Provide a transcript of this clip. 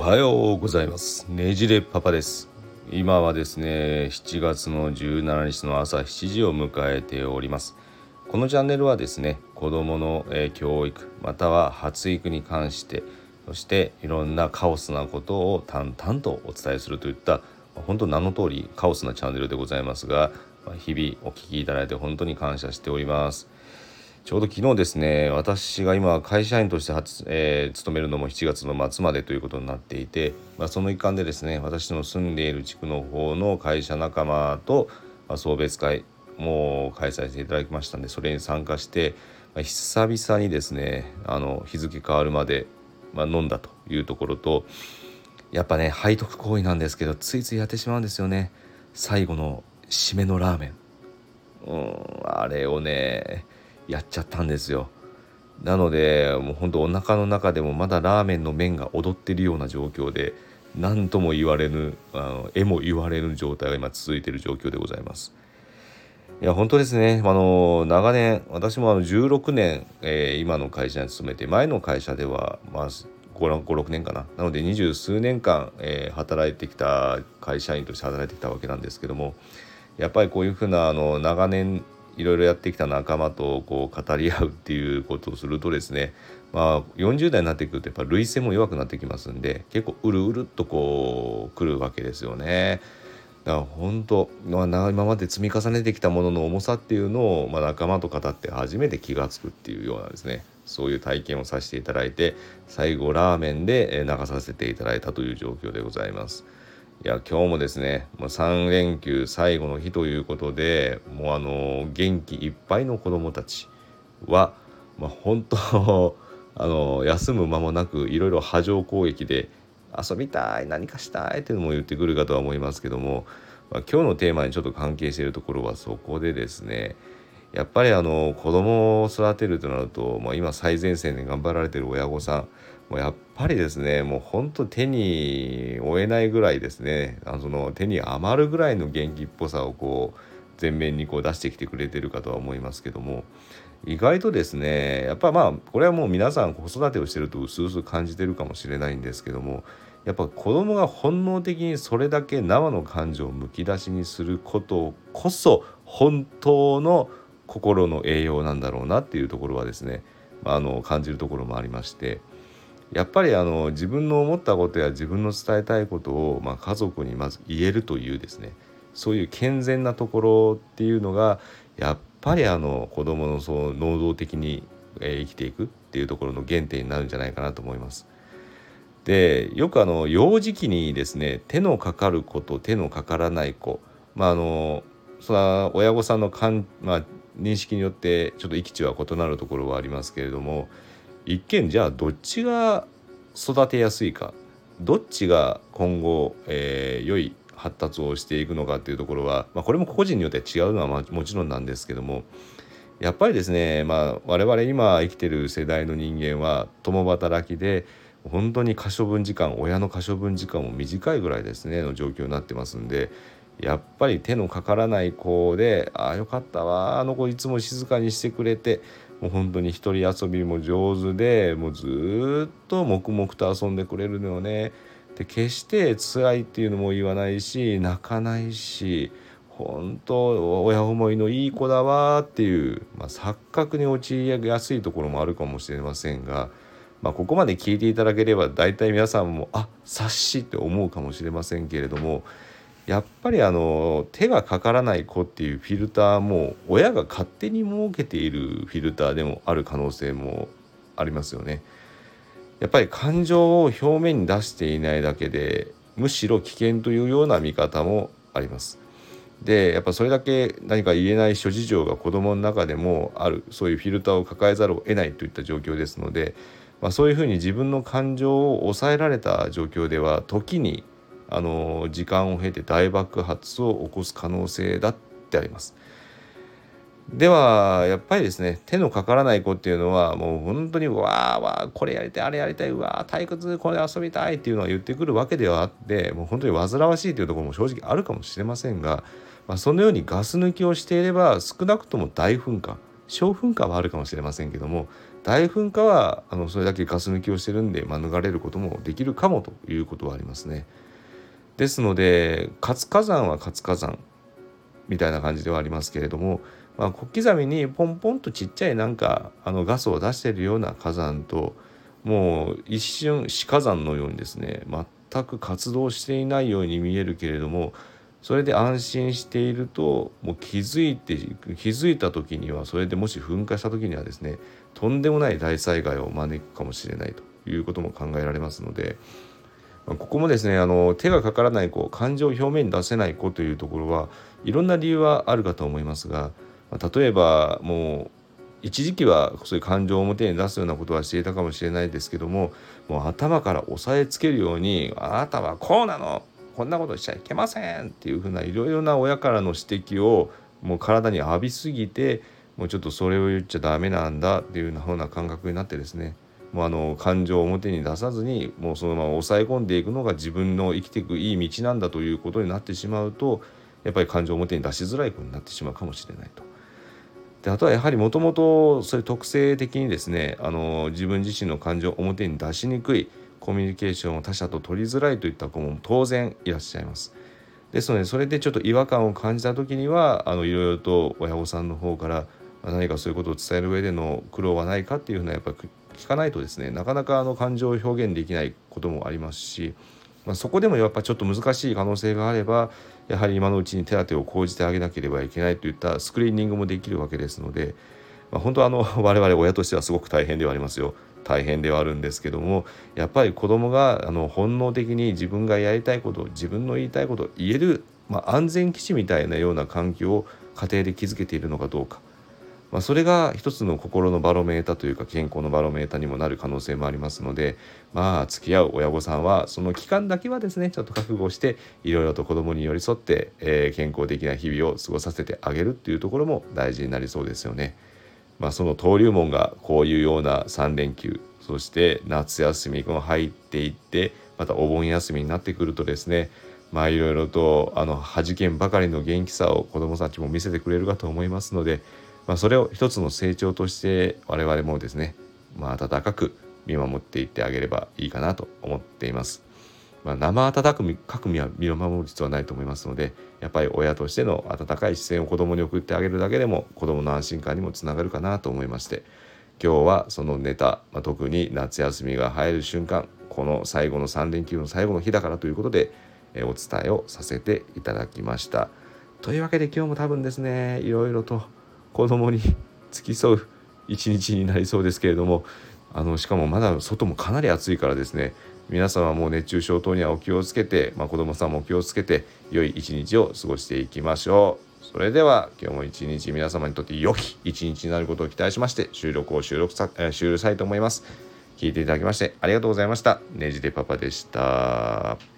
はようございます。ねじれパパです。今はですね、7月の17日の朝7時を迎えております。このチャンネルはですね、子どもの教育または発育に関して、そしていろんなカオスなことを淡々とお伝えするといった本当名の通りカオスなチャンネルでございますが、日々お聞きいただいて本当に感謝しております。ちょうど昨日ですね、私が今会社員として勤めるのも7月の末までということになっていて、その一環でですね、私の住んでいる地区の方の会社仲間と、送別会も開催していただきましたので、それに参加して、久々にですね、日付変わるまで、飲んだというところと、やっぱね背徳行為なんですけどついついやってしまうんですよね。最後の締めのラーメン、あれをねやっちゃったんですよ。なのでもう本当お腹の中でもまだラーメンの麺が踊ってるような状況で、何とも言われぬ絵も言われぬ状態が今続いている状況でございます。いや本当ですね。長年私も16年、今の会社に勤めて、前の会社では5、6年かなので20数年間、働いてきた会社員として働いてきたわけなんですけども、やっぱりこういうふうな長年いろいろやってきた仲間とこう語り合うっていうことをするとですね、40代になってくるとやっぱ涙腺も弱くなってきますんで、結構うるうるっとこう来るわけですよね。だから本当、今まで積み重ねてきたものの重さっていうのを、仲間と語って初めて気がつくっていうようなですね、そういう体験をさせていただいて、最後ラーメンで流させていただいたという状況でございます。いや今日もですね、3連休最後の日ということで、もう元気いっぱいの子どもたちは、本当休む間もなくいろいろ波状攻撃で遊びたい何かしたいっていうのも言ってくるかとは思いますけども、今日のテーマにちょっと関係しているところはそこでですね、やっぱり子供を育てるとなると、今最前線で頑張られている親御さんもうやっぱりですね、もう本当手に負えないぐらいですね、その手に余るぐらいの元気っぽさをこう前面にこう出してきてくれてるかとは思いますけども、意外とですね、やっぱこれはもう皆さん子育てをしてると薄々感じてるかもしれないんですけども、やっぱ子供が本能的にそれだけ生の感情をむき出しにすることこそ本当の心の栄養なんだろうなっていうところはですね、感じるところもありまして、やっぱり自分の思ったことや自分の伝えたいことを、家族にまず言えるというですね、そういう健全なところっていうのがやっぱり子どものそう能動的に、生きていくっていうところの原点になるんじゃないかなと思います。でよく幼児期にですね、手のかかる子と手のかからない子、それは親御さんの認識によってちょっと域地は異なるところはありますけれども、一見じゃあどっちが育てやすいか、どっちが今後、良い発達をしていくのかっていうところは、これも個人によって違うのはもちろんなんですけども、やっぱりですね、我々今生きてる世代の人間は共働きで本当に親の可処分時間も短いぐらいですねの状況になってますんで、やっぱり手のかからない子で、よかったわ、あの子いつも静かにしてくれて、もう本当に一人遊びも上手で、もうずっと黙々と遊んでくれるのよね。で決して辛いっていうのも言わないし泣かないし、本当親思いのいい子だわっていう、錯覚に陥りやすいところもあるかもしれませんが、ここまで聞いていただければ大体皆さんも察しって思うかもしれませんけれども、やっぱり手がかからない子っていうフィルターも親が勝手に設けているフィルターでもある可能性もありますよね。やっぱり感情を表面に出していないだけでむしろ危険というような見方もあります。でやっぱそれだけ何か言えない諸事情が子どもの中でもある、そういうフィルターを抱えざるを得ないといった状況ですので、そういうふうに自分の感情を抑えられた状況では時に時間を経て大爆発を起こす可能性だってあります。ではやっぱりですね、手のかからない子っていうのはもう本当にわーわーこれやりたいあれやりたい、うわー退屈これ遊びたいっていうのは言ってくるわけではあって、もう本当に煩わしいというところも正直あるかもしれませんが、そのようにガス抜きをしていれば少なくとも大噴火小噴火はあるかもしれませんけども、大噴火はそれだけガス抜きをしてるんで、免れることもできるかもということはありますね。ですので活火山は活火山みたいな感じではありますけれども、小刻みにポンポンとちっちゃいガスを出しているような火山と、もう一瞬死火山のようにですね、全く活動していないように見えるけれども、それで安心していると、もう気づいた時には、それでもし噴火した時にはですね、とんでもない大災害を招くかもしれないということも考えられますので、ここもですね、手がかからない子、感情を表面に出せない子というところはいろんな理由はあるかと思いますが、例えばもう一時期はそういう感情を表に出すようなことはしていたかもしれないですけども、もう頭から押さえつけるように、あなたはこうなの、こんなことしちゃいけませんっていうふうないろいろな親からの指摘をもう体に浴びすぎて、もうちょっとそれを言っちゃダメなんだっていうような感覚になってですね、もう感情を表に出さずに、もうそのまま抑え込んでいくのが自分の生きていくいい道なんだということになってしまうと、やっぱり感情を表に出しづらい子になってしまうかもしれないと。であとはやはりもともとそういう特性的にですね、自分自身の感情を表に出しにくい、コミュニケーションを他者と取りづらいといった子も当然いらっしゃいます。ですので、それでちょっと違和感を感じた時には、いろいろと親御さんの方から何かそういうことを伝える上での苦労はないかっていうふうなやっぱり聞かないとですね、なかなか感情を表現できないこともありますし、そこでもやっぱちょっと難しい可能性があれば、やはり今のうちに手当てを講じてあげなければいけないといったスクリーニングもできるわけですので、本当は我々親としてはすごく大変ではありますよ。大変ではあるんですけども、やっぱり子供が本能的に自分がやりたいこと、自分の言いたいことを言える、安全基地みたいなような環境を家庭で築けているのかどうか、それが一つの心のバロメーターというか、健康のバロメーターにもなる可能性もありますので、付き合う親御さんはその期間だけはですね、ちょっと覚悟していろいろと子供に寄り添って、健康的な日々を過ごさせてあげるっていうところも大事になりそうですよね。その登竜門がこういうような3連休、そして夏休みが入っていって、またお盆休みになってくるとですね、いろいろと弾けんばかりの元気さを子どもたちも見せてくれるかと思いますので、それを一つの成長として我々もですね、温かく見守っていってあげればいいかなと思っています。生温かく見守る必要はないと思いますので、やっぱり親としての温かい視線を子どもに送ってあげるだけでも子どもの安心感にもつながるかなと思いまして、今日はそのネタ、特に夏休みが入る瞬間、この最後の3連休の最後の日だからということで、お伝えをさせていただきました。というわけで今日も多分ですね、いろいろと子供に付き添う一日になりそうですけれども、しかもまだ外もかなり暑いからですね、皆さんはもう熱中症等にはお気をつけて、子供さんもお気をつけて良い一日を過ごしていきましょう。それでは今日も一日皆様にとって良き一日になることを期待しまして、終了したいと思います。聞いていただきましてありがとうございました。ねじでパパでした。